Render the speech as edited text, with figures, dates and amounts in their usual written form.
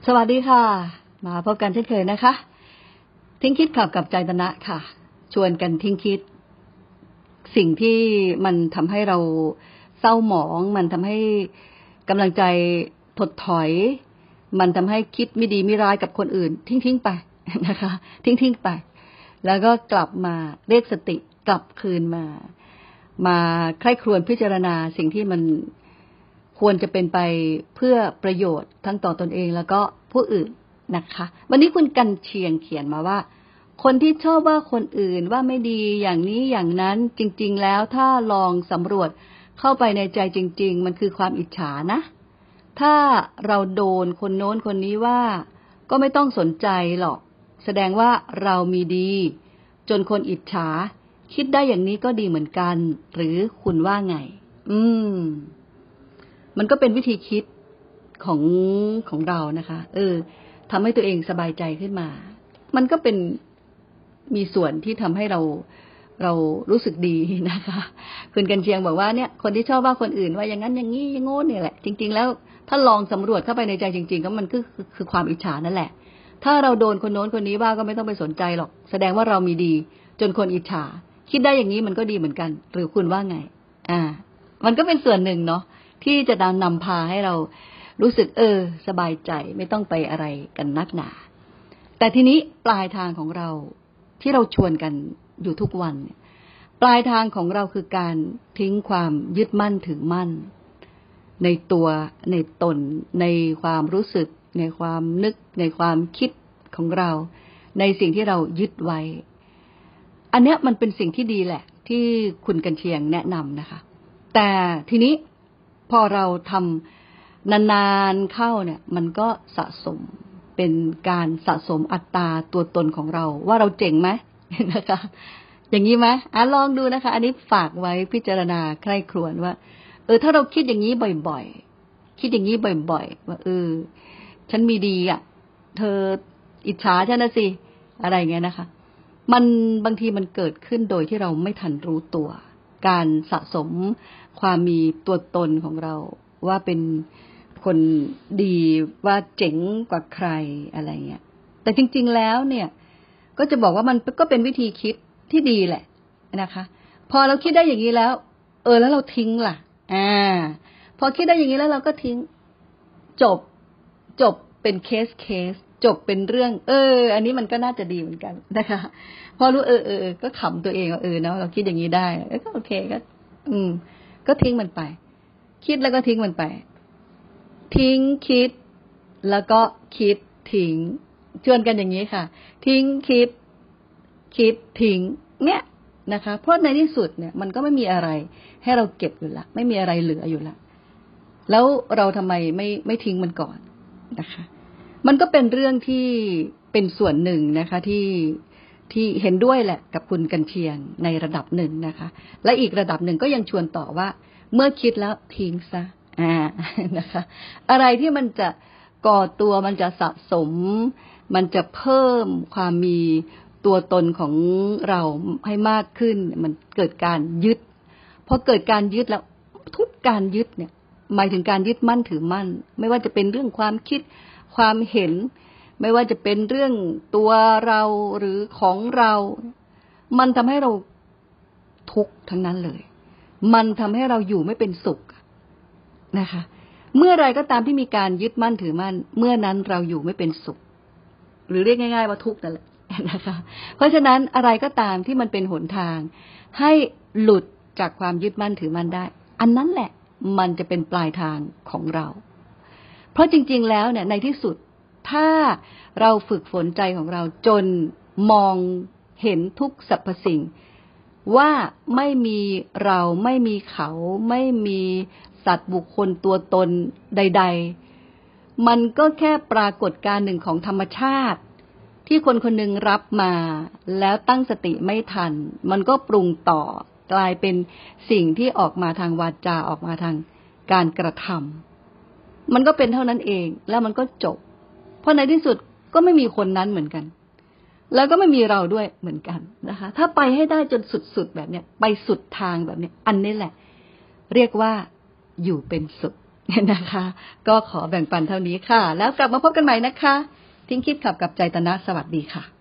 สวัสดีค่ะมาพบกันเช่นเคยนะคะทิ้งคิดขับกับใจตนะค่ะชวนกันทิ้งคิดสิ่งที่มันทำให้เราเศร้าหมองมันทำให้กำลังใจถดถอยมันทำให้คิดไม่ดีไม่ร้ายกับคนอื่นทิ้งไปนะคะทิ้งไปแล้วก็กลับมาเรียกสติกลับคืนมาใคร่ครวญพิจารณาสิ่งที่มันควรจะเป็นไปเพื่อประโยชน์ทั้งต่อตนเองแล้วก็ผู้อื่นนะคะวันนี้คุณกันเชียงเขียนมาว่าคนที่ชอบว่าคนอื่นว่าไม่ดีอย่างนี้อย่างนั้นจริงๆแล้วถ้าลองสำรวจเข้าไปในใจจริงๆมันคือความอิจฉานะถ้าเราโดนคนโน้นคนนี้ว่าก็ไม่ต้องสนใจหรอกแสดงว่าเรามีดีจนคนอิจฉาคิดได้อย่างนี้ก็ดีเหมือนกันหรือคุณว่าไงมันก็เป็นวิธีคิดของเรานะคะทำให้ตัวเองสบายใจขึ้นมามันก็เป็นมีส่วนที่ทำให้เรารู้สึกดีนะคะคุณกันเชียงบอกว่าเนี่ยคนที่ชอบว่าคนอื่นว่าอย่างนั้นอย่างนี้อย่างโง่เนี่ยแหละจริงๆแล้วถ้าลองสำรวจเข้าไปในใจจริงๆก็มันคือความอิจฉานั่นแหละถ้าเราโดนคนโน้นคนนี้ว่าก็ไม่ต้องไปสนใจหรอกแสดงว่าเรามีดีจนคนอิจฉาคิดได้อย่างนี้มันก็ดีเหมือนกันหรือคุณว่าไงมันก็เป็นส่วนหนึ่งเนาะที่จะนำพาให้เรารู้สึกสบายใจไม่ต้องไปอะไรกันนักหนาแต่ทีนี้ปลายทางของเราที่เราชวนกันอยู่ทุกวันเนี่ยปลายทางของเราคือการทิ้งความยึดมั่นถือมั่นในตัวในตนในความรู้สึกในความนึกในความคิดของเราในสิ่งที่เรายึดไว้อันเนี้ยมันเป็นสิ่งที่ดีแหละที่คุณกันเชียงแนะนำนะคะแต่ทีนี้พอเราทำนานๆเข้าเนี่ยมันก็สะสมเป็นการสะสมอัตตาตัวตนของเราว่าเราเจ๋งไหมนะคะอย่างนี้ไหมลองดูนะคะอันนี้ฝากไว้พิจารณาใคร่ครวญว่าถ้าเราคิดอย่างนี้บ่อยๆคิดอย่างนี้บ่อยๆว่าฉันมีดีอ่ะเธออิจฉาฉันนะสิอะไรอย่างเงี้ยนะคะมันบางทีมันเกิดขึ้นโดยที่เราไม่ทันรู้ตัวการสะสมความมีตัวตนของเราว่าเป็นคนดีว่าเจ๋งกว่าใครอะไรเงี้ยแต่จริงๆแล้วเนี่ยก็จะบอกว่ามันก็เป็นวิธีคิดที่ดีแหละนะคะพอเราคิดได้อย่างนี้แล้วแล้วเราทิ้งล่ะพอคิดได้อย่างนี้แล้วเราก็ทิ้งจบเป็นเคสจบเป็นเรื่องอันนี้มันก็น่าจะดีเหมือนกันนะคะพอรู้ก็ขำตัวเองว่าเนาะเราคิดอย่างนี้ได้ก็โอเคก็ทิ้งมันไปคิดแล้วก็ทิ้งมันไปทิ้งคิดแล้วก็คิดทิ้งชวนกันอย่างนี้ค่ะทิ้งคิดทิ้งเนี่ยนะคะเพราะในที่สุดเนี่ยมันก็ไม่มีอะไรให้เราเก็บอยู่ละไม่มีอะไรเหลืออยู่ละแล้วเราทำไมไม่ทิ้งมันก่อนนะคะมันก็เป็นเรื่องที่เป็นส่วนหนึ่งนะคะที่เห็นด้วยแหละกับคุณกันเชียงในระดับหนึ่งนะคะและอีกระดับหนึ่งก็ยังชวนต่อว่าเมื่อคิดแล้วทิ้งซะนะคะอะไรที่มันจะก่อตัวมันจะสะสมมันจะเพิ่มความมีตัวตนของเราให้มากขึ้นมันเกิดการยึดพอเกิดการยึดแล้วทุกการยึดเนี่ยหมายถึงการยึดมั่นถือมั่นไม่ว่าจะเป็นเรื่องความคิดความเห็นไม่ว่าจะเป็นเรื่องตัวเราหรือของเรามันทำให้เราทุกข์ทั้งนั้นเลยมันทำให้เราอยู่ไม่เป็นสุขนะคะเมื่อไรก็ตามที่มีการยึดมั่นถือมั่นเมื่อนั้นเราอยู่ไม่เป็นสุขหรือเรียกง่ายๆว่าทุกข์นั่นแหละนะคะเพราะฉะนั้นอะไรก็ตามที่มันเป็นหนทางให้หลุดจากความยึดมั่นถือมั่นได้อันนั้นแหละมันจะเป็นปลายทางของเราเพราะจริงๆแล้วเนี่ยในที่สุดถ้าเราฝึกฝนใจของเราจนมองเห็นทุกสรรพสิ่งว่าไม่มีเราไม่มีเขาไม่มีสัตว์บุคคลตัวตนใดๆมันก็แค่ปรากฏการณ์หนึ่งของธรรมชาติที่คนคนหนึ่งรับมาแล้วตั้งสติไม่ทันมันก็ปรุงต่อกลายเป็นสิ่งที่ออกมาทางวาจาออกมาทางการกระทำมันก็เป็นเท่านั้นเองแล้วมันก็จบเพราะในที่สุดก็ไม่มีคนนั้นเหมือนกันแล้วก็ไม่มีเราด้วยเหมือนกันนะคะถ้าไปให้ได้จนสุดๆแบบเนี้ยไปสุดทางแบบนี้อันนี้แหละเรียกว่าอยู่เป็นสุขนะคะ ก็ขอแบ่งปันเท่านี้ค่ะ แล้วกลับมาพบกันใหม่นะคะ ทิ้งคิดขับกับใจตนะสวัสดีค่ะ